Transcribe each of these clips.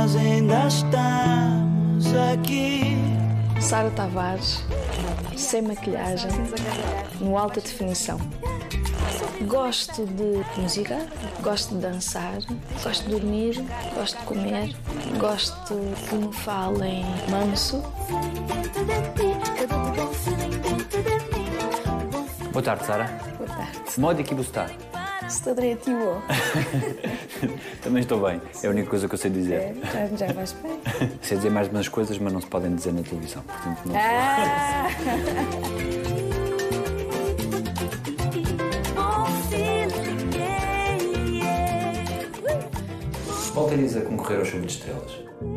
nós ainda estamos aqui. Sara Tavares, sem maquilhagem, no alta definição. Gosto de música, gosto de dançar, gosto de dormir, gosto de comer, gosto que me falem manso. Boa tarde, Sara. Boa tarde. Modo aqui está. Estou direitinho. Também estou bem. É a única coisa que eu sei dizer. Já vais bem. Sei dizer mais umas coisas, mas não se podem dizer na televisão. Portanto, não Voltarias a concorrer ao Show de Estrelas?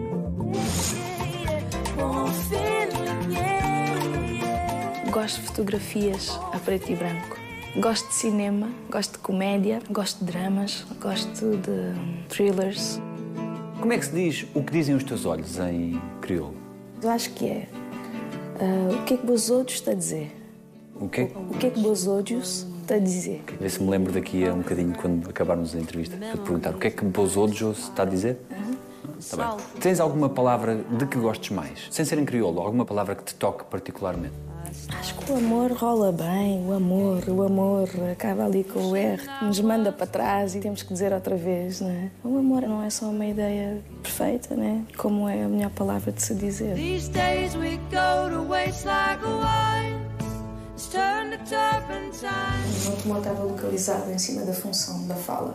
Gosto de fotografias a preto e branco. Gosto de cinema, gosto de comédia, gosto de dramas, gosto de thrillers. Como é que se diz o que dizem os teus olhos em crioulo? Eu acho que é o que é que vos outros está a dizer? O quê? O que é que vos outros está a dizer? Vê se me lembro daqui a um bocadinho, quando acabarmos a entrevista, para te perguntar o que é que vos outros está a dizer? Está bem. Tens alguma palavra de que gostes mais? Sem ser em crioulo, alguma palavra que te toque particularmente? Acho que o amor rola bem, o amor acaba ali com o R, nos manda para trás e temos que dizer outra vez, não é? O amor não é só uma ideia perfeita, né? Como é a melhor palavra de se dizer. O automóvel estava localizado em cima da função da fala.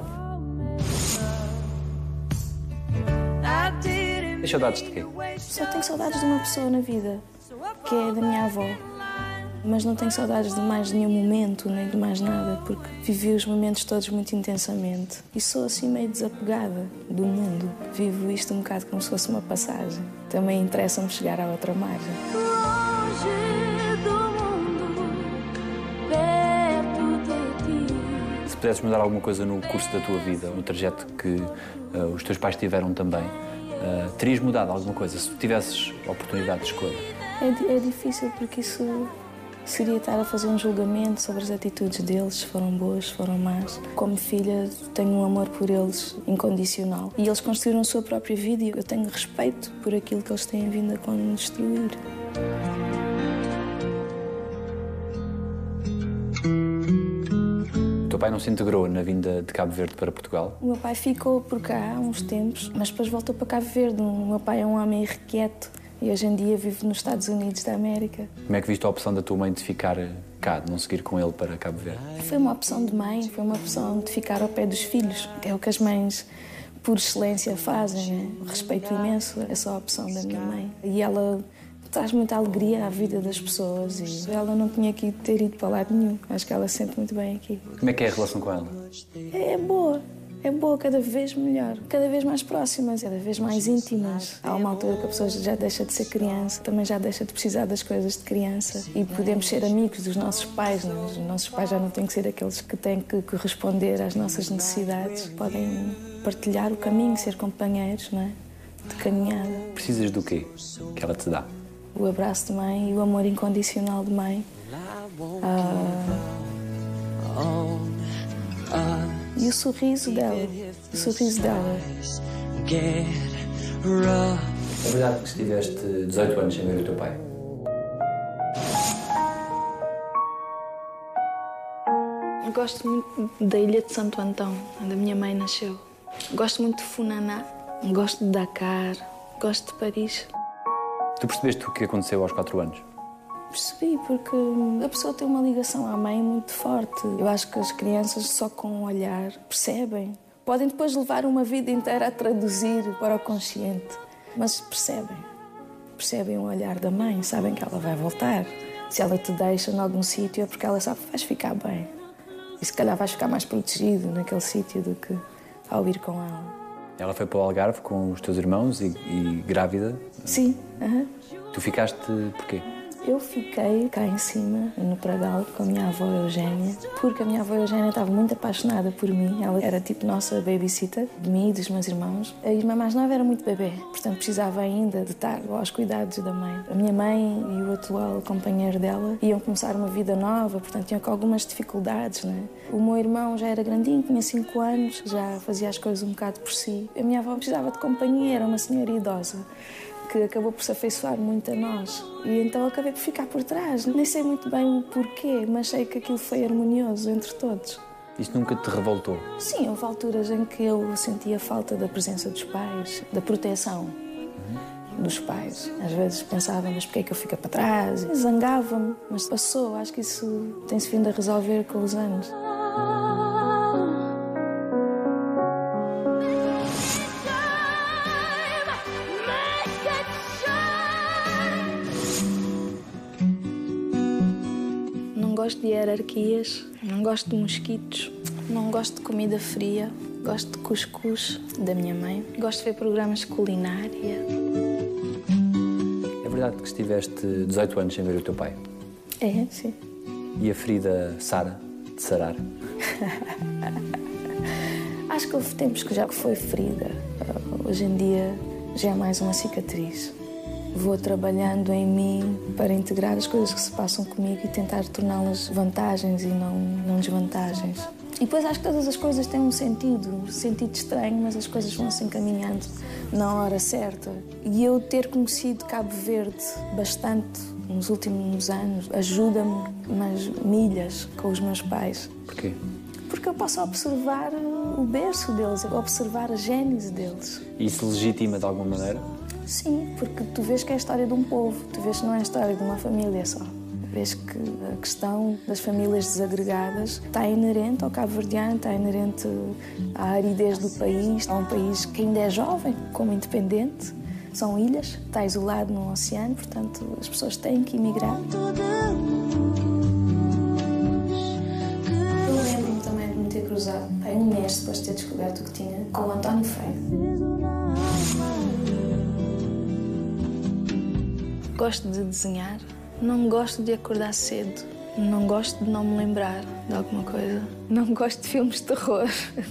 Tens saudades de quê? Só tenho saudades de uma pessoa na vida, que é da minha avó. Mas não tenho saudades de mais nenhum momento, nem de mais nada, porque vivi os momentos todos muito intensamente. E sou assim meio desapegada do mundo. Vivo isto um bocado como se fosse uma passagem. Também interessa-me chegar à outra margem. Longe do mundo, perto de ti. Se pudesses mudar alguma coisa no curso da tua vida, no trajeto que os teus pais tiveram também, terias mudado alguma coisa se tivesses a oportunidade de escolha? É difícil porque isso seria estar a fazer um julgamento sobre as atitudes deles, se foram boas, se foram más. Como filha, tenho um amor por eles incondicional. E eles construíram a sua própria vida e eu tenho respeito por aquilo que eles têm vindo a construir. O teu pai não se integrou na vinda de Cabo Verde para Portugal? O meu pai ficou por cá há uns tempos, mas depois voltou para Cabo Verde. O meu pai é um homem irrequieto. E hoje em dia vive nos Estados Unidos da América. Como é que viste a opção da tua mãe de ficar cá, de não seguir com ele para Cabo Verde? Foi uma opção de mãe, foi uma opção de ficar ao pé dos filhos. É o que as mães, por excelência, fazem, né? Respeito imenso essa opção da minha mãe. E ela traz muita alegria à vida das pessoas e ela não tinha que ter ido para lado nenhum. Acho que ela se sente muito bem aqui. Como é que é a relação com ela? É boa. É boa, cada vez melhor, cada vez mais próximas, cada vez mais íntimas. Há uma altura que a pessoa já deixa de ser criança, também já deixa de precisar das coisas de criança e podemos ser amigos dos nossos pais. Não? Os nossos pais já não têm que ser aqueles que têm que corresponder às nossas necessidades. Podem partilhar o caminho, ser companheiros, não é? De caminhada. Precisas do quê que ela te dá? O abraço de mãe e o amor incondicional de mãe. E o sorriso dela. O sorriso dela. É verdade que estiveste 18 anos sem ver o teu pai? Eu gosto muito da Ilha de Santo Antão, onde a minha mãe nasceu. Gosto muito de Funaná, gosto de Dakar, gosto de Paris. Tu percebeste o que aconteceu aos 4 anos? Percebi, porque a pessoa tem uma ligação à mãe muito forte. Eu acho que as crianças, só com um olhar, percebem. Podem depois levar uma vida inteira a traduzir para o consciente, mas percebem. Percebem o olhar da mãe, sabem que ela vai voltar. Se ela te deixa em algum sítio é porque ela sabe que vais ficar bem. E se calhar vais ficar mais protegido naquele sítio do que ao ir com ela. Ela foi para o Algarve com os teus irmãos e grávida? Sim. Tu ficaste porquê? Eu fiquei cá em cima, no Pragal, com a minha avó Eugénia, porque a minha avó Eugénia estava muito apaixonada por mim. Ela era tipo nossa babysitter, de mim e dos meus irmãos. A irmã mais nova era muito bebê, portanto precisava ainda de estar aos cuidados da mãe. A minha mãe e o atual companheiro dela iam começar uma vida nova, portanto tinham com algumas dificuldades, né? O meu irmão já era grandinho, tinha 5 anos, já fazia as coisas um bocado por si. A minha avó precisava de companhia, era uma senhora idosa, que acabou por se afeiçoar muito a nós. E então acabei por ficar por trás. Nem sei muito bem o porquê, mas sei que aquilo foi harmonioso entre todos. Isso nunca te revoltou? Sim, houve alturas em que eu sentia falta da presença dos pais, da proteção dos pais. Às vezes pensava, mas porquê é que eu fico para trás? Zangava-me, mas passou. Acho que isso tem-se vindo a resolver com os anos. Não gosto de hierarquias, não gosto de mosquitos, não gosto de comida fria, gosto de cuscuz da minha mãe, gosto de ver programas de culinária. É verdade que estiveste 18 anos sem ver o teu pai? É, sim. E a ferida sara, de sarar? Acho que houve tempos que já foi ferida. Hoje em dia já é mais uma cicatriz. Vou trabalhando em mim para integrar as coisas que se passam comigo e tentar torná-las vantagens e não desvantagens. E depois acho que todas as coisas têm um sentido estranho, mas as coisas vão se encaminhando na hora certa. E eu ter conhecido Cabo Verde bastante nos últimos anos ajuda-me umas milhas com os meus pais. Porquê? Porque eu posso observar o berço deles, observar a gênese deles. E isso legitima de alguma maneira? Sim, porque tu vês que é a história de um povo, tu vês que não é a história de uma família só. Vês que a questão das famílias desagregadas está inerente ao cabo-verdiano, está inerente à aridez do país. É um país que ainda é jovem, como independente. São ilhas, está isolado no oceano, portanto as pessoas têm que emigrar. Eu lembro-me também de me ter cruzado, há um mês depois de ter descoberto o que tinha, com o António Freire. Gosto de desenhar, não gosto de acordar cedo, não gosto de não me lembrar de alguma coisa, não gosto de filmes de terror.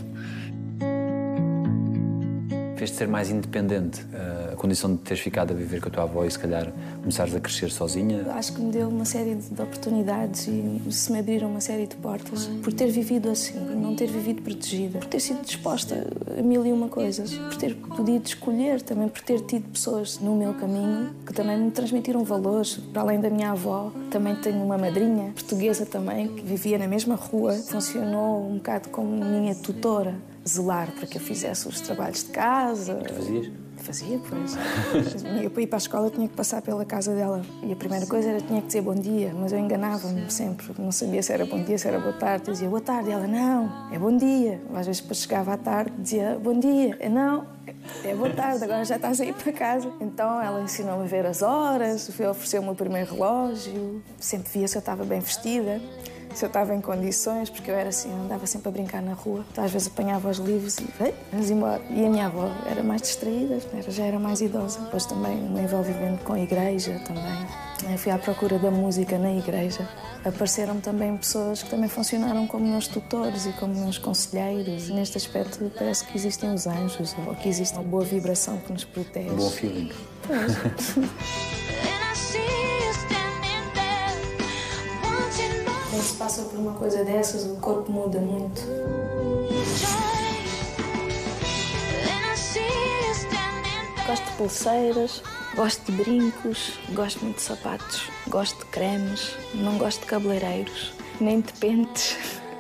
Fez-te ser mais independente, a condição de teres ficado a viver com a tua avó e se calhar começares a crescer sozinha? Acho que me deu uma série de oportunidades e se me abriram uma série de portas por ter vivido assim, não ter vivido protegida, por ter sido disposta a mil e uma coisas, por ter podido escolher também, por ter tido pessoas no meu caminho que também me transmitiram valores. Para além da minha avó, também tenho uma madrinha portuguesa também que vivia na mesma rua, funcionou um bocado como minha tutora, zelar para que eu fizesse os trabalhos de casa. Tu fazias? Fazia, pois. Eu, para ir para a escola, tinha que passar pela casa dela. E a primeira coisa era que tinha que dizer bom dia, mas eu enganava-me sempre. Não sabia se era bom dia, se era boa tarde. Eu dizia boa tarde. E ela, não, é bom dia. Às vezes, depois chegava à tarde, dizia bom dia. Não, é boa tarde, agora já estás a ir para casa. Então, ela ensinou-me a ver as horas, ofereceu-me o primeiro relógio. Sempre via se eu estava bem vestida, se eu estava em condições, porque eu era assim, andava sempre a brincar na rua. Então, às vezes apanhava os livros e vamos embora. E a minha avó era mais distraída, já era mais idosa. Depois também no envolvimento com a igreja também. Eu fui à procura da música na igreja. Apareceram também pessoas que também funcionaram como meus tutores e como meus conselheiros. Neste aspecto parece que existem os anjos, ou que existe uma boa vibração que nos protege. Um bom feeling. Pois. Quando se passa por uma coisa dessas, o corpo muda muito. Gosto de pulseiras, gosto de brincos, gosto muito de sapatos, gosto de cremes, não gosto de cabeleireiros, nem de pentes.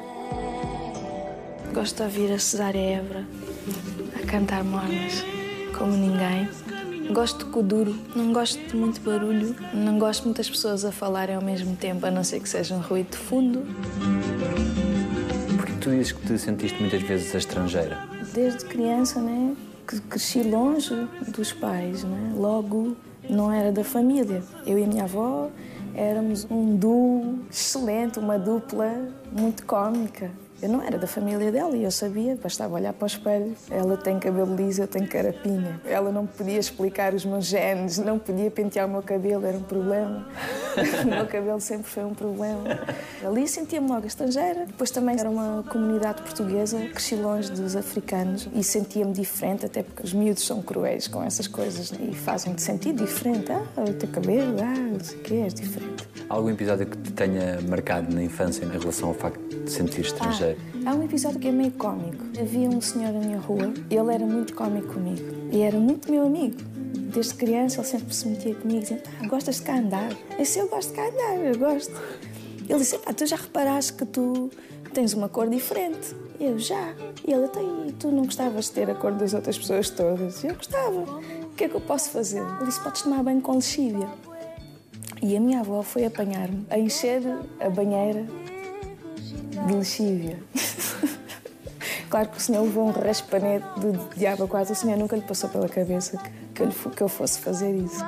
Gosto de ouvir a Cesária Évora a cantar mornas como ninguém. Gosto de kuduro, não gosto de muito barulho, não gosto de muitas pessoas a falarem ao mesmo tempo, a não ser que seja um ruído de fundo. Porquê tu dizes que te sentiste muitas vezes a estrangeira? Desde criança, né, que cresci longe dos pais, né? Logo não era da família. Eu e a minha avó éramos um duo excelente, uma dupla muito cómica. Eu não era da família dela e eu sabia, bastava olhar para o espelho. Ela tem cabelo liso, eu tenho carapinha. Ela não podia explicar os meus genes, não podia pentear o meu cabelo, era um problema. O meu cabelo sempre foi um problema. Ali sentia-me logo estrangeira. Depois também era uma comunidade portuguesa, cresci longe dos africanos e sentia-me diferente, até porque os miúdos são cruéis com essas coisas, né? E fazem-te sentir diferente. O teu cabelo, não sei o quê, és diferente. Há algum episódio que te tenha marcado na infância em relação ao facto de te sentir estrangeiro? Há um episódio que é meio cómico. Havia um senhor na minha rua, ele era muito cómico comigo e era muito meu amigo. Desde criança ele sempre se metia comigo dizendo: gostas de cá andar? Eu disse: eu gosto de cá andar, eu gosto. Ele disse: tu já reparaste que tu tens uma cor diferente? Eu: já. E ele: e tu não gostavas de ter a cor das outras pessoas todas? Eu gostava. O que é que eu posso fazer? Ele disse: podes tomar banho com lexívia. E a minha avó foi apanhar-me a encher a banheira de lexívia. Claro que o senhor levou um raspanete de água quase. O senhor nunca lhe passou pela cabeça que eu fosse fazer isso.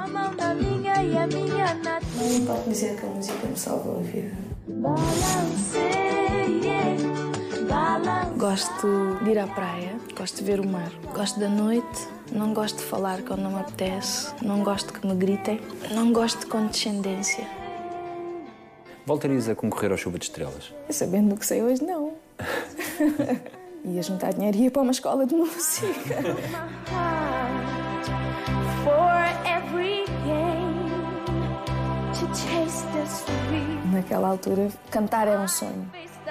Não pode dizer que a música me salvou a vida. Gosto de ir à praia, gosto de ver o mar. Gosto da noite, não gosto de falar quando não me apetece, não gosto que me gritem, não gosto de condescendência. Voltarias a concorrer ao Chuva de Estrelas? Sabendo o que sei hoje, não. Ia juntar dinheiro e ia para uma escola de música. Naquela altura, cantar era um sonho.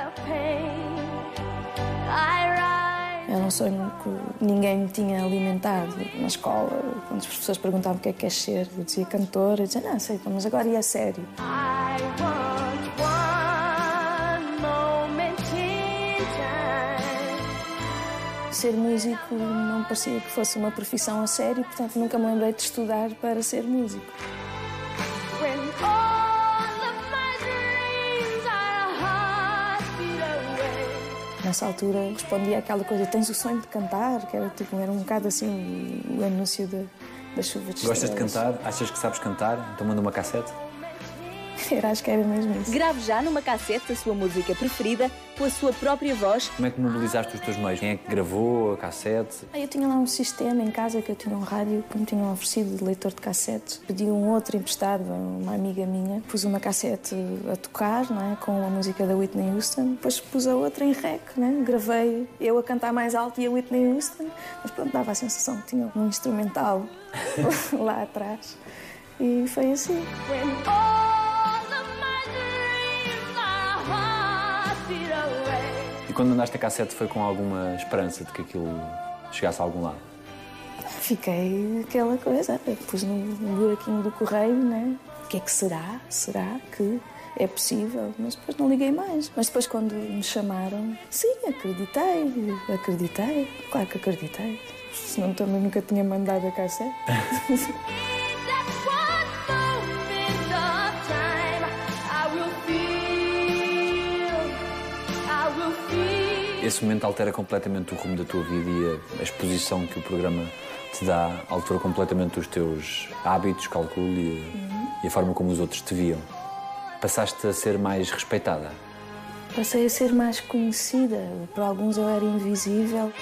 Era um sonho que ninguém me tinha alimentado na escola. Quando as pessoas perguntavam o que é que queres ser, eu dizia cantora. Eu dizia: não, sei, mas agora ia a sério. Ser músico não parecia que fosse uma profissão a sério, portanto nunca me lembrei de estudar para ser músico. Nessa altura respondia àquela coisa: tens o sonho de cantar? Que era um bocado assim o anúncio da Chuva de Estrelas. Gostas de cantar? Achas que sabes cantar? Então manda uma cassete? Acho que era mesmo isso. Grave já numa cassete a sua música preferida com a sua própria voz. Como é que mobilizaste os teus meios? Quem é que gravou a cassete? Eu tinha lá um sistema em casa, que eu tinha um rádio que me tinham oferecido de leitor de cassetes. Pedi um outro emprestado a uma amiga minha. Pus uma cassete a tocar, não é? Com a música da Whitney Houston. Depois pus a outra em rec, não é? Gravei eu a cantar mais alto e a Whitney Houston. Mas pronto, dava a sensação que tinha um instrumental lá atrás. E foi assim. E quando mandaste a cassete foi com alguma esperança de que aquilo chegasse a algum lado? Fiquei aquela coisa, pus no buraquinho do correio, né? O que é que será? Será que é possível? Mas depois não liguei mais. Mas depois quando me chamaram, sim, acreditei. Claro que acreditei. Senão também nunca tinha mandado a cassete. Esse momento altera completamente o rumo da tua vida e a exposição que o programa te dá altera completamente os teus hábitos, calculo, e a forma como os outros te viam. Passaste a ser mais respeitada? Passei a ser mais conhecida. Para alguns eu era invisível.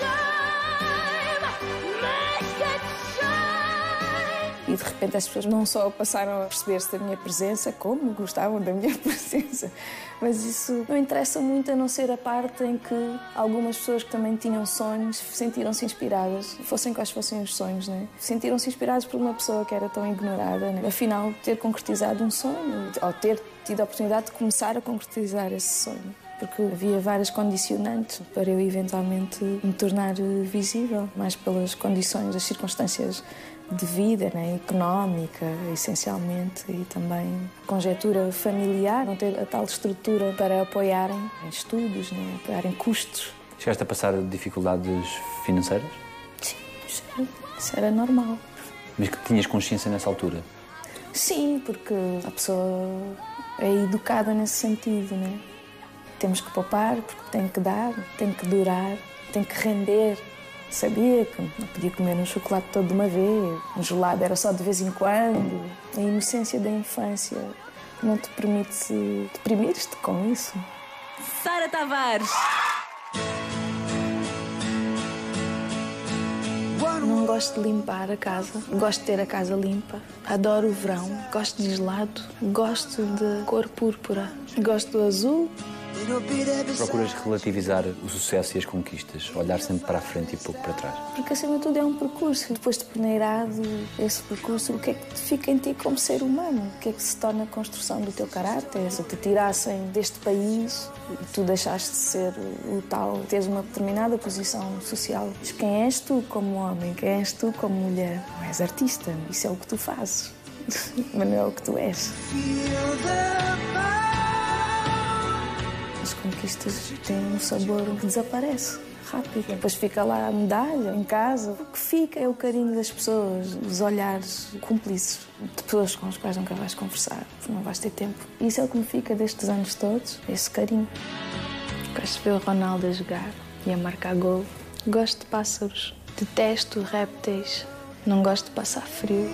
E de repente as pessoas não só passaram a perceber-se da minha presença, como gostavam da minha presença. Mas isso não interessa muito, a não ser a parte em que algumas pessoas que também tinham sonhos sentiram-se inspiradas, fossem quais fossem os sonhos, né? Sentiram-se inspirados por uma pessoa que era tão ignorada, né? Afinal, ter concretizado um sonho, ou ter tido a oportunidade de começar a concretizar esse sonho. Porque havia várias condicionantes para eu eventualmente me tornar visível, mais pelas condições, as circunstâncias de vida, né, económica, essencialmente, e também conjetura familiar, não ter a tal estrutura para apoiarem em estudos, né, apoiarem custos. Chegaste a passar dificuldades financeiras? Sim, isso era normal. Mas que tinhas consciência nessa altura? Sim, porque a pessoa é educada nesse sentido, né? Temos que poupar, porque tem que dar, tem que durar, tem que render. Sabia que não podia comer um chocolate todo de uma vez, um gelado era só de vez em quando. A inocência da infância não te permite deprimir-te com isso. Sara Tavares. Não gosto de limpar a casa, gosto de ter a casa limpa. Adoro o verão, gosto de gelado, gosto de cor púrpura, gosto do azul. Procuras relativizar o sucesso e as conquistas, olhar sempre para a frente e pouco para trás. Porque acima de tudo é um percurso. Depois de peneirado esse percurso, o que é que te fica em ti como ser humano? O que é que se torna a construção do teu caráter? Se te tirassem deste país e tu deixaste de ser o tal, teres uma determinada posição social, mas quem és tu como homem? Quem és tu como mulher? Não és artista, isso é o que tu fazes, mas não é o que tu és. As conquistas têm um sabor que desaparece rápido. Depois fica lá a medalha em casa. O que fica é o carinho das pessoas, os olhares cúmplices de pessoas com as quais nunca vais conversar, porque não vais ter tempo. Isso é o que me fica destes anos todos, esse carinho. Gosto de ver o Ronaldo a jogar e a marcar gol. Gosto de pássaros. Detesto répteis. Não gosto de passar frio.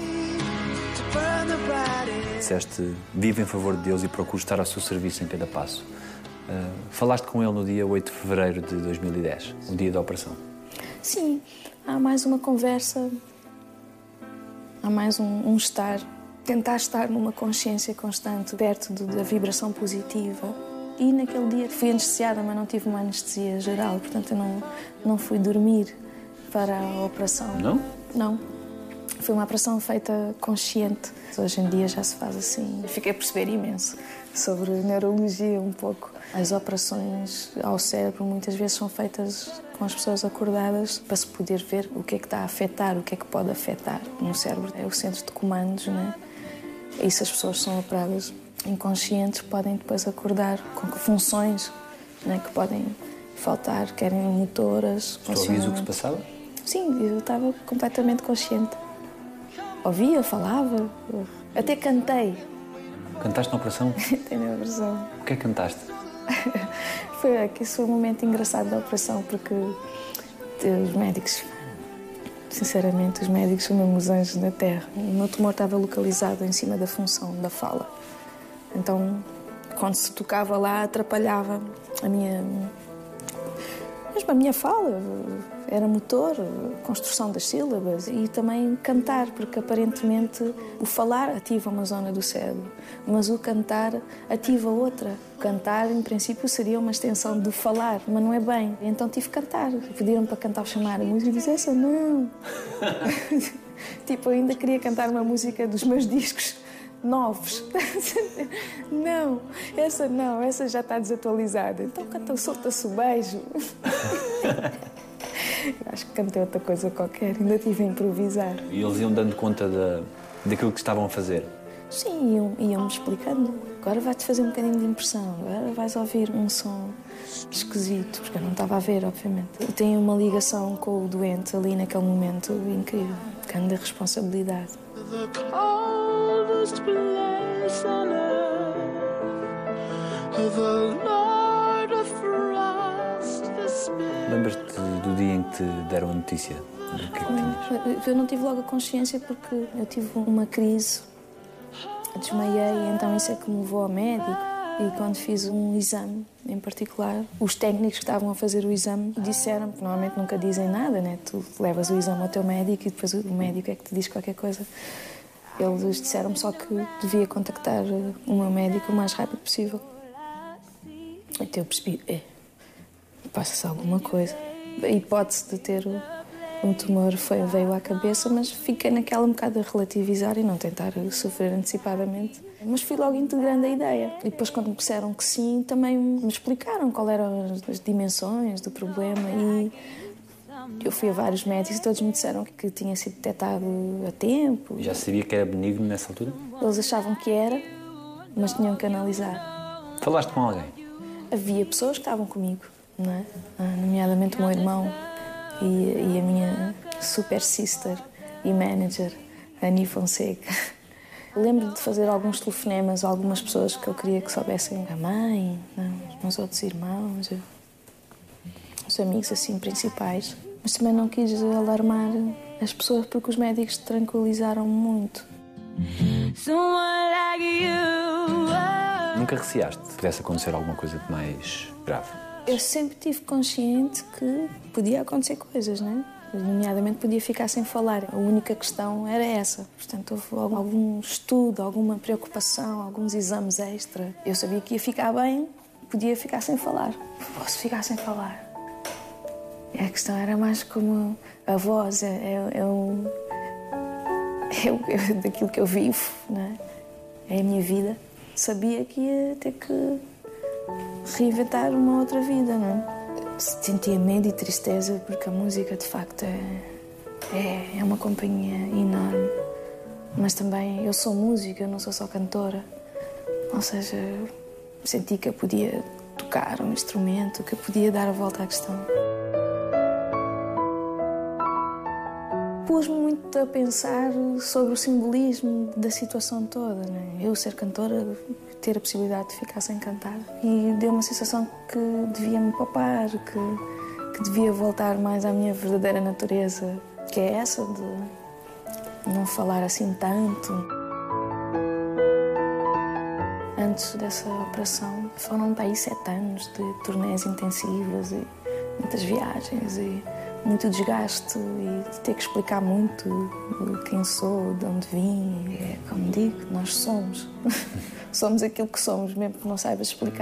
Disseste, vive em favor de Deus e procura estar ao seu serviço em cada passo. Falaste com ele no dia 8 de fevereiro de 2010, o dia da operação. Sim, há mais uma conversa, há mais um estar, tentar estar numa consciência constante, perto da vibração positiva. E naquele dia fui anestesiada, mas não tive uma anestesia geral, portanto eu não fui dormir para a operação. Não? Não. Foi uma operação feita consciente. Hoje em dia já se faz assim. Fiquei a perceber imenso sobre neurologia um pouco. As operações ao cérebro muitas vezes são feitas com as pessoas acordadas para se poder ver o que é que está a afetar, o que é que pode afetar. No cérebro é o centro de comandos, né? E se as pessoas são operadas inconscientes, podem depois acordar com funções, né, que podem faltar, querem motoras. Tu ouvias o que se passava? Sim, eu estava completamente consciente. Ouvia, falava, até cantei. Cantaste na operação? Cantei na operação. O que é que cantaste? Esse foi um momento engraçado da operação, porque os médicos, sinceramente, os médicos são mesmo os anjos da terra. O meu tumor estava localizado em cima da função da fala. Então, quando se tocava lá, atrapalhava a minha fala. Era motor, construção das sílabas e também cantar, porque aparentemente o falar ativa uma zona do cérebro, mas o cantar ativa outra. O cantar, em princípio, seria uma extensão do falar, mas não é bem. Então tive que cantar. Pediram-me para cantar, chamar a música e disse, essa não. Tipo, eu ainda queria cantar uma música dos meus discos novos. Não, essa já está desatualizada. Então canta o Solta-se o Beijo. Acho que cantei outra coisa qualquer, ainda tive a improvisar. E eles iam dando conta daquilo que estavam a fazer? Sim, iam-me explicando. Agora vai-te fazer um bocadinho de impressão, agora vais ouvir um som esquisito, porque eu não estava a ver, obviamente. E tem uma ligação com o doente ali naquele momento incrível, grande responsabilidade. Lembras-te do dia em que te deram a notícia? O que é que tinhas? Eu não tive logo a consciência porque eu tive uma crise, desmaiei, então isso é que me levou ao médico. E quando fiz um exame em particular, os técnicos que estavam a fazer o exame disseram, porque normalmente nunca dizem nada, né? Tu levas o exame ao teu médico e depois o médico é que te diz qualquer coisa. Eles disseram-me só que devia contactar o meu médico o mais rápido possível. Então eu percebi, passa-se alguma coisa. A hipótese de ter um tumor veio à cabeça, mas fiquei naquela um bocado a relativizar e não tentar sofrer antecipadamente. Mas fui logo integrando a ideia. E depois, quando me disseram que sim, também me explicaram qual eram as dimensões do problema. E eu fui a vários médicos e todos me disseram que tinha sido detectado a tempo. Já sabia que era benigno nessa altura? Eles achavam que era, mas tinham que analisar. Falaste com alguém? Havia pessoas que estavam comigo, não é? Nomeadamente o meu irmão e a minha super sister e manager, Ani Fonseca. Lembro de fazer alguns telefonemas a algumas pessoas que eu queria que soubessem. A mãe, os meus outros irmãos, os amigos assim principais. Mas também não quis alarmar as pessoas porque os médicos tranquilizaram muito. Nunca receaste que pudesse acontecer alguma coisa de mais grave? Eu sempre tive consciente que podia acontecer coisas, não é? Nomeadamente podia ficar sem falar. A única questão era essa. Portanto, houve algum estudo, alguma preocupação, alguns exames extra. Eu sabia que ia ficar bem, podia ficar sem falar. Posso ficar sem falar. A questão era mais como a voz, daquilo que eu vivo, não é? É a minha vida. Sabia que ia ter que reinventar uma outra vida, não é? Sentia medo e tristeza porque a música, de facto, é uma companhia enorme. Mas também eu sou música, eu não sou só cantora. Ou seja, senti que eu podia tocar um instrumento, que eu podia dar a volta à questão. Pus-me muito a pensar sobre o simbolismo da situação toda, né? Eu ser cantora, ter a possibilidade de ficar sem cantar. E deu uma sensação que devia me poupar, que devia voltar mais à minha verdadeira natureza, que é essa de não falar assim tanto. Antes dessa operação, foram para aí 7 anos de turnés intensivas e muitas viagens e muito desgaste e de ter que explicar muito quem sou, de onde vim. É como digo, nós somos. Somos aquilo que somos, mesmo que não saibas explicar.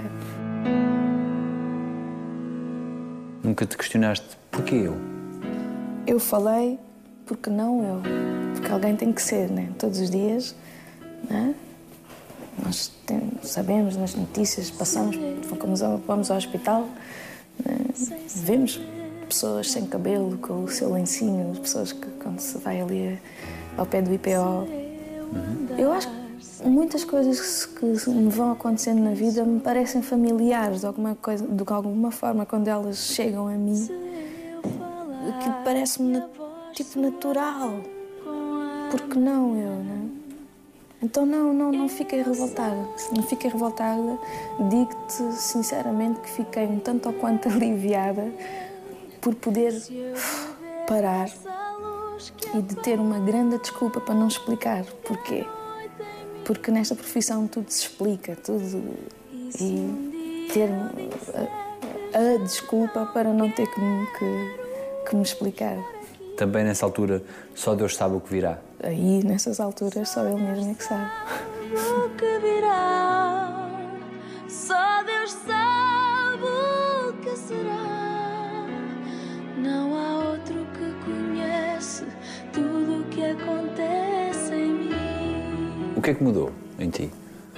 Nunca te questionaste porquê eu? Eu falei porque não eu. Porque alguém tem que ser, né? Todos os dias, né? Nós sabemos nas notícias, passamos, vamos ao hospital, né? Vemos pessoas sem cabelo, com o seu lencinho, pessoas que, quando se vai ali ao pé do IPO. Eu acho que muitas coisas que me vão acontecendo na vida me parecem familiares de alguma forma, quando elas chegam a mim. Aquilo parece-me tipo natural. Porque não eu, né? Então não fiquei revoltada. Não fiquei revoltada. Digo-te sinceramente que fiquei um tanto ou quanto aliviada por poder parar e de ter uma grande desculpa para não explicar porquê. Porque nesta profissão tudo se explica, tudo. E ter a desculpa para não ter que me explicar. Também nessa altura só Deus sabe o que virá? Aí, nessas alturas, só Ele mesmo é que sabe. O que virá, só Deus sabe o que será. Não há outro que conhece tudo o que acontece em mim. O que é que mudou em ti?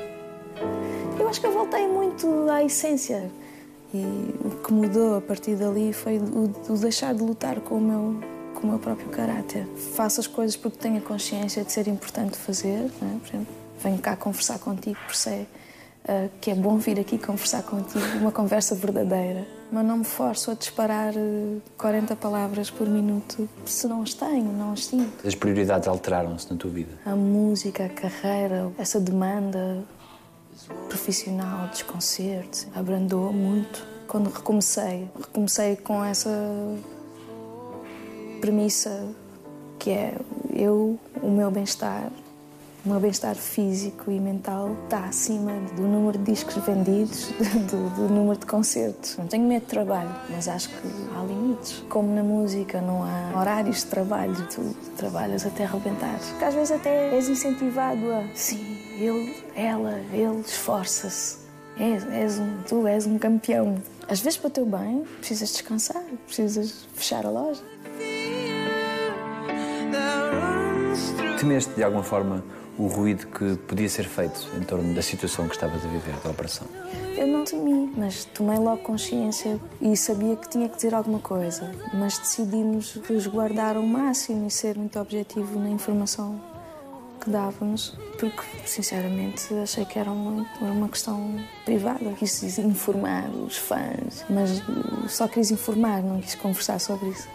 Eu acho que eu voltei muito à essência. E o que mudou a partir dali foi o deixar de lutar com o meu próprio caráter. Faço as coisas porque tenho a consciência de ser importante fazer, não é? Por exemplo, venho cá conversar contigo por ser que é bom vir aqui conversar contigo, uma conversa verdadeira. Mas não me forço a disparar 40 palavras por minuto se não as tenho, não as sinto. As prioridades alteraram-se na tua vida? A música, a carreira, essa demanda profissional dos concertos abrandou muito. Quando recomecei com essa premissa que é o meu bem-estar físico e mental está acima do número de discos vendidos, do número de concertos. Não tenho medo de trabalho, mas acho que há limites. Como na música não há horários de trabalho, tu trabalhas até arrebentar. Porque às vezes até és incentivado a sim, ele esforça-se. Tu és um campeão. Às vezes, para o teu bem, precisas descansar, precisas fechar a loja. Temeste, de alguma forma, o ruído que podia ser feito em torno da situação que estavas a viver, da operação? Eu não temi, mas tomei logo consciência e sabia que tinha que dizer alguma coisa. Mas decidimos resguardar ao máximo e ser muito objetivo na informação que dávamos, porque, sinceramente, achei que era uma questão privada. Quis informar os fãs, mas só quis informar, não quis conversar sobre isso.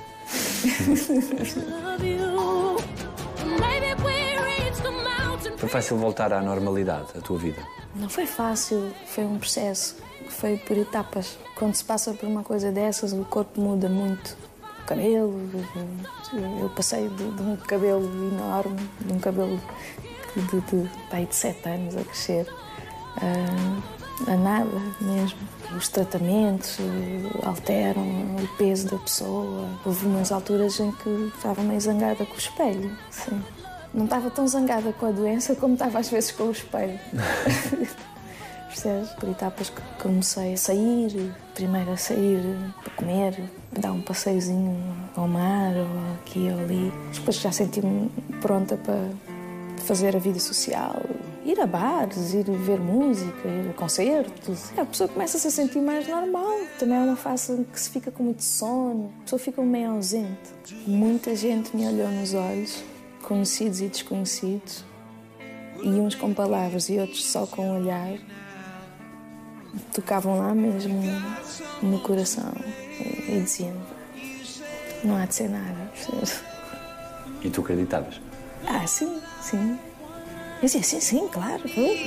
Foi fácil voltar à normalidade, a tua vida? Não foi fácil, foi um processo que foi por etapas. Quando se passa por uma coisa dessas, o corpo muda muito. O cabelo, eu passei de um cabelo enorme, de um cabelo de 7 anos a crescer, a nada mesmo. Os tratamentos alteram o peso da pessoa. Houve umas alturas em que estava meio zangada com o espelho. Sim. Não estava tão zangada com a doença como estava às vezes com o espelho. Percebes? Por etapas que comecei a sair, primeiro a sair para comer, dar um passeiozinho ao mar, ou aqui ou ali. Depois já senti-me pronta para fazer a vida social, ir a bares, ir ver música, ir a concertos. A pessoa começa a se sentir mais normal. Também é uma fase em que se fica com muito sono, a pessoa fica meio ausente. Muita gente me olhou nos olhos, conhecidos e desconhecidos, e uns com palavras e outros só com o olhar. Tocavam lá mesmo no coração e diziam: não há de ser nada. E tu acreditavas? Sim, sim. Eu dizia: sim, claro.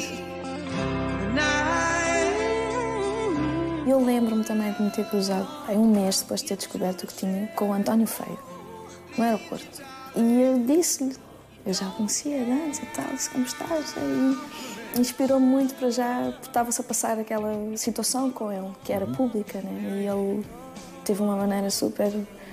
Eu lembro-me também de me ter cruzado um mês depois de ter descoberto o que tinha com o António Feio, no aeroporto. E eu disse-lhe, eu já conhecia a dança e tal, disse: como estás? E inspirou-me muito para já, porque estava-se a passar aquela situação com ele, que era pública, né? E ele teve uma maneira super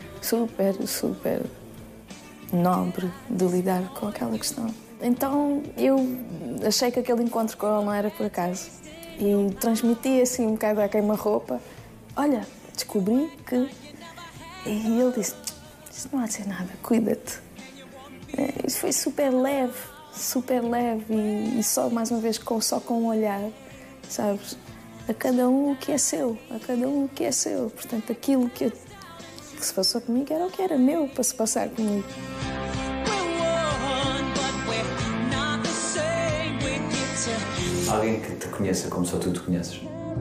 nobre de lidar com aquela questão. Então eu achei que aquele encontro com ele não era por acaso. E transmiti assim um bocado à queima-roupa: olha, descobri que... E ele disse: isso não há de ser nada, cuida-te. Isso foi super leve e só, mais uma vez, só com um olhar, sabes? A cada um o que é seu, Portanto, aquilo que se passou comigo era o que era meu para se passar comigo. Alguém que te conheça como só tu te conheces?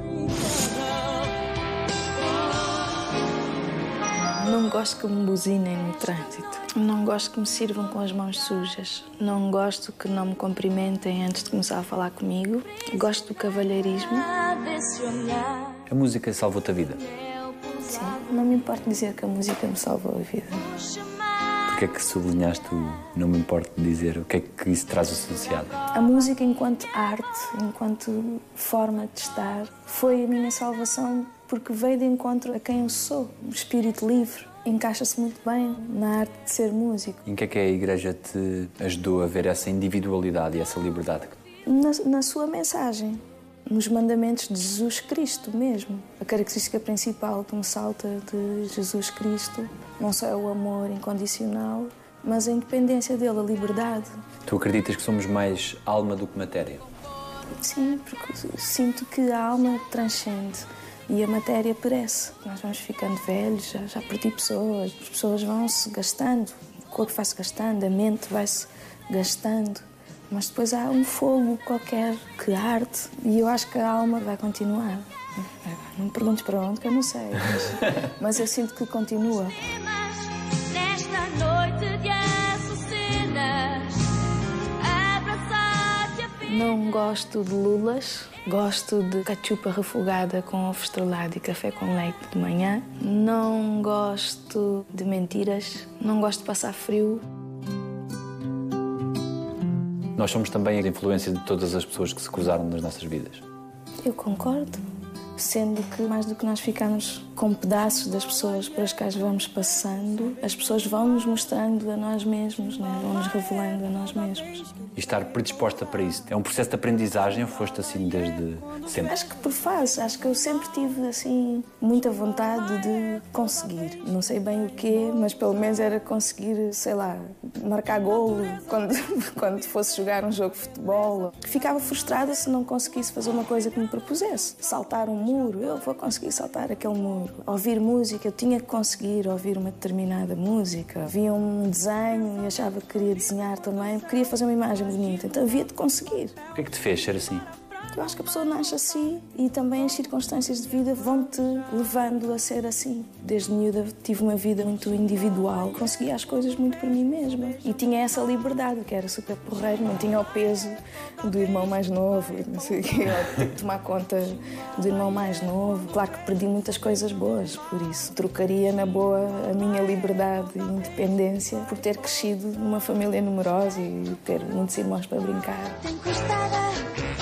Não gosto que me buzinem no trânsito. Não gosto que me sirvam com as mãos sujas. Não gosto que não me cumprimentem antes de começar a falar comigo. Gosto do cavalheirismo. A música salvou-te a vida? Sim, não me importa dizer que a música me salvou a vida. Porquê é que sublinhaste o não me importa dizer? O que é que isso traz associado? A música enquanto arte, enquanto forma de estar, foi a minha salvação porque veio de encontro a quem eu sou. O espírito livre encaixa-se muito bem na arte de ser músico. Em que é que a Igreja te ajudou a ver essa individualidade e essa liberdade? Na sua mensagem, nos mandamentos de Jesus Cristo mesmo. A característica principal que me salta de Jesus Cristo não só é o amor incondicional, mas a independência dele, a liberdade. Tu acreditas que somos mais alma do que matéria? Sim, porque sinto que a alma transcende e a matéria perece. Nós vamos ficando velhos, já perdi pessoas, as pessoas vão-se gastando, o corpo vai-se gastando, a mente vai-se gastando, mas depois há um fogo qualquer que arde e eu acho que a alma vai continuar. Não me perguntes para onde, que eu não sei, mas eu sinto que continua. Nesta noite de açucenas, abraçar-te a fim. Não gosto de lulas, gosto de cachupa refogada com ovo estrelado e café com leite de manhã. Não gosto de mentiras, não gosto de passar frio. Nós somos também a influência de todas as pessoas que se cruzaram nas nossas vidas. Eu concordo. Sendo que, mais do que nós ficarmos com pedaços das pessoas pelas quais vamos passando, as pessoas vão-nos mostrando a nós mesmos, né? Vão-nos revelando a nós mesmos. E estar predisposta para isso. É um processo de aprendizagem ou foste assim desde sempre? Acho que por fase. Acho que eu sempre tive, assim, muita vontade de conseguir. Não sei bem o quê, mas pelo menos era conseguir, sei lá, marcar golo quando fosse jogar um jogo de futebol. Ficava frustrada se não conseguisse fazer uma coisa que me propusesse. Saltar um muro, eu vou conseguir saltar aquele muro. Ouvir música, eu tinha que conseguir ouvir uma determinada música. Via um desenho e achava que queria desenhar também, queria fazer uma imagem bonita, então havia de conseguir. O que é que te fez ser assim? Eu acho que a pessoa nasce assim e também as circunstâncias de vida vão-te levando a ser assim. Desde miúda tive uma vida muito individual, conseguia as coisas muito por mim mesma e tinha essa liberdade, que era super porreiro, não tinha o peso do irmão mais novo, não sei o quê, ou de tomar conta do irmão mais novo. Claro que perdi muitas coisas boas por isso. Trocaria na boa a minha liberdade e independência por ter crescido numa família numerosa e ter muitos irmãos para brincar. Encostada, sigo a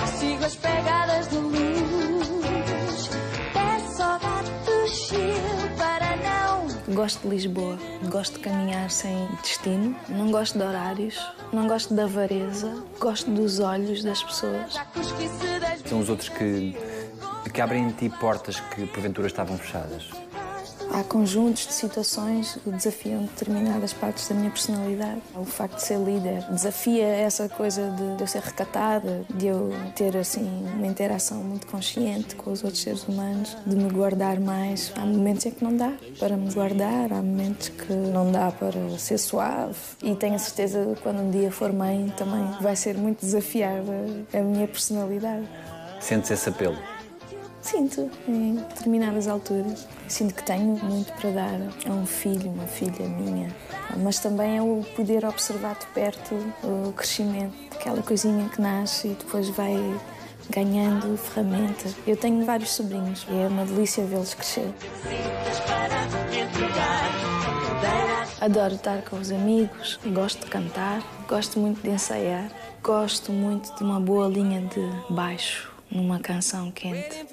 nas pegadas de luz. É só gato chill para não. Gosto de Lisboa, gosto de caminhar sem destino, não gosto de horários, não gosto da avareza, gosto dos olhos das pessoas. São os outros que abrem em ti portas que porventura estavam fechadas. Há conjuntos de situações que desafiam determinadas partes da minha personalidade. O facto de ser líder desafia essa coisa de eu ser recatada, de eu ter assim uma interação muito consciente com os outros seres humanos, de me guardar mais. Há momentos em que não dá para me guardar, há momentos que não dá para ser suave. E tenho a certeza que quando um dia for mãe também vai ser muito desafiada a minha personalidade. Sentes esse apelo? Sinto, em determinadas alturas. Sinto que tenho muito para dar a um filho, uma filha minha. Mas também é o poder observar de perto o crescimento, aquela coisinha que nasce e depois vai ganhando ferramenta. Eu tenho vários sobrinhos e é uma delícia vê-los crescer. Adoro estar com os amigos, gosto de cantar, gosto muito de ensaiar, gosto muito de uma boa linha de baixo numa canção quente.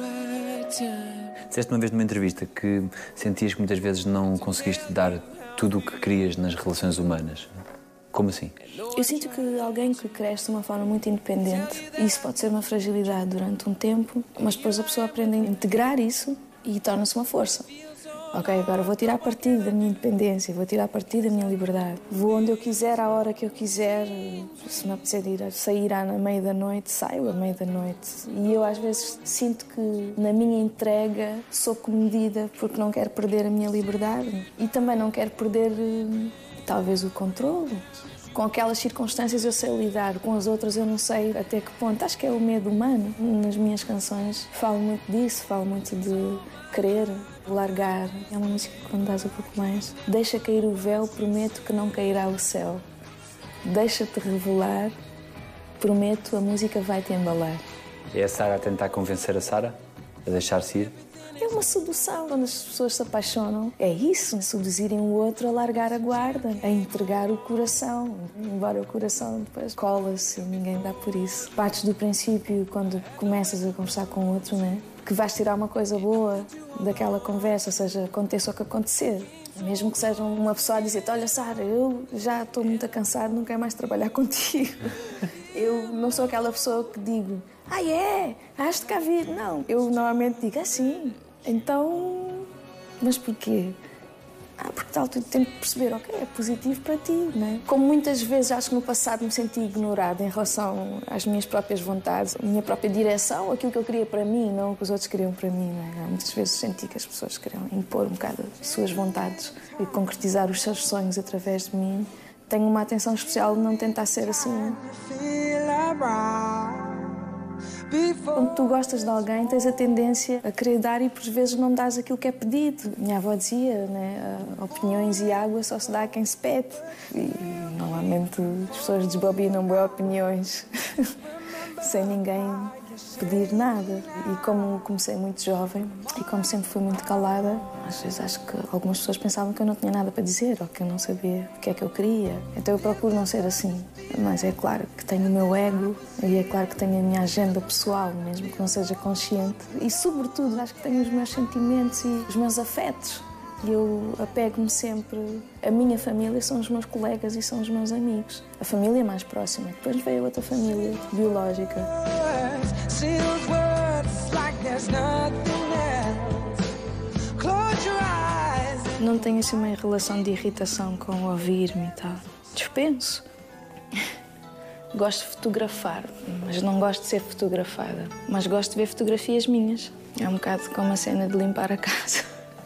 Disseste uma vez numa entrevista que sentias que muitas vezes não conseguiste dar tudo o que querias nas relações humanas. Como assim? Eu sinto que alguém que cresce de uma forma muito independente, isso pode ser uma fragilidade durante um tempo, mas depois a pessoa aprende a integrar isso e torna-se uma força. Ok, agora vou tirar partido da minha independência, vou tirar partido da minha liberdade. Vou onde eu quiser, à hora que eu quiser. Se me apetecer sair à meia da noite, saio à meia da noite. E eu às vezes sinto que na minha entrega sou comedida porque não quero perder a minha liberdade e também não quero perder talvez o controle. Com aquelas circunstâncias eu sei lidar, com as outras eu não sei até que ponto. Acho que é o medo humano. Nas minhas canções falo muito disso, falo muito de querer, largar. É uma música que quando dás um pouco mais. Deixa cair o véu, prometo que não cairá o céu. Deixa-te revelar, prometo a música vai te embalar. É a Sara a tentar convencer a Sara a deixar-se ir? É uma sedução. Quando as pessoas se apaixonam, é isso, seduzirem o outro a largar a guarda, a entregar o coração. Embora o coração depois cola-se, ninguém dá por isso. Partes do princípio, quando começas a conversar com o outro, né? Que vais tirar uma coisa boa daquela conversa, seja aconteça o que acontecer. Mesmo que seja uma pessoa a dizer-te, olha Sara, eu já estou muito cansada, não quero mais trabalhar contigo. Eu não sou aquela pessoa que digo, has de cá vir. Não, eu normalmente digo, sim. Então, mas porquê? Porque tal, tu tens que perceber, ok, é positivo para ti, não é? Como muitas vezes acho que no passado me senti ignorada em relação às minhas próprias vontades, a minha própria direção, aquilo que eu queria para mim, não o que os outros queriam para mim, não é? Muitas vezes senti que as pessoas queriam impor um bocado as suas vontades e concretizar os seus sonhos através de mim. Tenho uma atenção especial de não tentar ser assim. Quando tu gostas de alguém, tens a tendência a querer dar e por vezes não dás aquilo que é pedido. Minha avó dizia, né, opiniões e água só se dá a quem se pede. E normalmente as pessoas desbobinam boas opiniões sem ninguém pedir nada. E como comecei muito jovem e como sempre fui muito calada, às vezes acho que algumas pessoas pensavam que eu não tinha nada para dizer ou que eu não sabia o que é que eu queria. Então eu procuro não ser assim. Mas é claro que tenho o meu ego e é claro que tenho a minha agenda pessoal, mesmo que não seja consciente. E sobretudo acho que tenho os meus sentimentos e os meus afetos. E eu apego-me sempre. A minha família são os meus colegas e são os meus amigos. A família mais próxima. Depois veio outra família biológica. Não tenho assim uma relação de irritação com o ouvir-me e tal. Dispenso. Gosto de fotografar, mas não gosto de ser fotografada. Mas gosto de ver fotografias minhas. É um bocado como a cena de limpar a casa.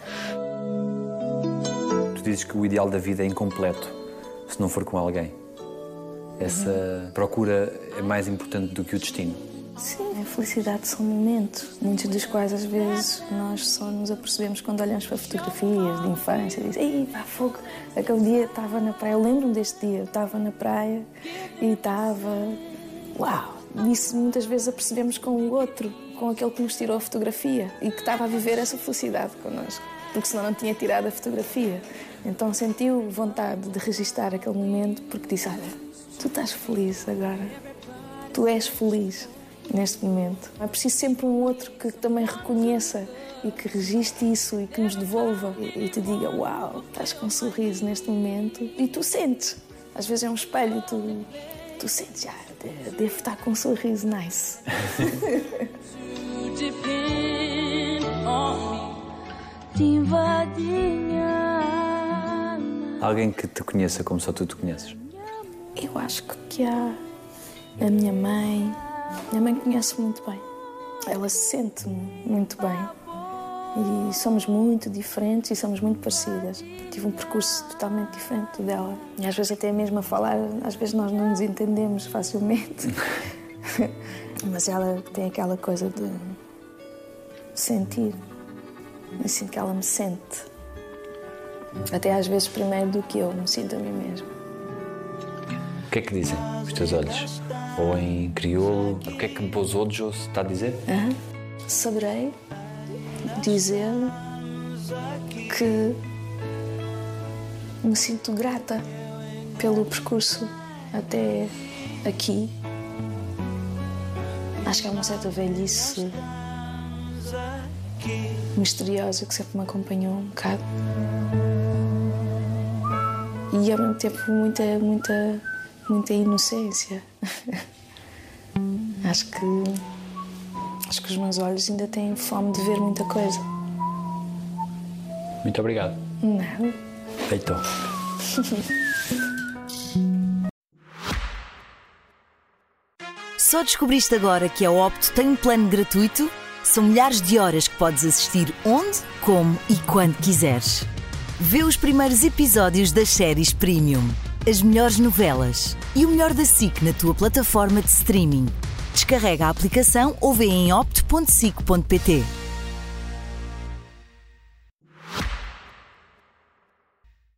Tu dizes que o ideal da vida é incompleto se não for com alguém. Essa procura é mais importante do que o destino. Sim, a felicidade são momentos, muitos dos quais às vezes nós só nos apercebemos quando olhamos para fotografias de infância e dizemos, ei, pá, fogo, aquele dia estava na praia, eu lembro-me deste dia, eu estava na praia e estava, uau, isso muitas vezes apercebemos com o outro, com aquele que nos tirou a fotografia e que estava a viver essa felicidade connosco, porque senão não tinha tirado a fotografia. Então sentiu vontade de registar aquele momento porque disse, olha, tu estás feliz agora, tu és feliz. neste momento. É preciso sempre um outro que também reconheça e que registre isso e que nos devolva e te diga: uau, estás com um sorriso neste momento. E tu sentes. Às vezes é um espelho e tu sentes: devo estar com um sorriso nice. Alguém que te conheça como só tu te conheces? Eu acho que há a minha mãe. Minha mãe conhece muito bem. Ela se sente muito bem. E somos muito diferentes e somos muito parecidas. Tive um percurso totalmente diferente dela. E às vezes até mesmo a falar, às vezes nós não nos entendemos facilmente. Mas ela tem aquela coisa de sentir. Eu sinto que ela me sente. Até às vezes primeiro do que eu me sinto a mim mesma. O que é que dizem os teus olhos? Ou em crioulo, o que é que os olhos está a dizer? Saberei dizer que me sinto grata pelo percurso até aqui. Acho que há uma certa velhice misteriosa que sempre me acompanhou um bocado. E ao mesmo tempo muita inocência. Acho que os meus olhos ainda têm fome de ver muita coisa. Muito obrigado. Não. Feito. Só descobriste agora que a Opto tem um plano gratuito? São milhares de horas que podes assistir onde, como e quando quiseres. Vê os primeiros episódios das séries Premium, as melhores novelas e o melhor da SIC na tua plataforma de streaming. Descarrega a aplicação ou vê em opto.sic.pt.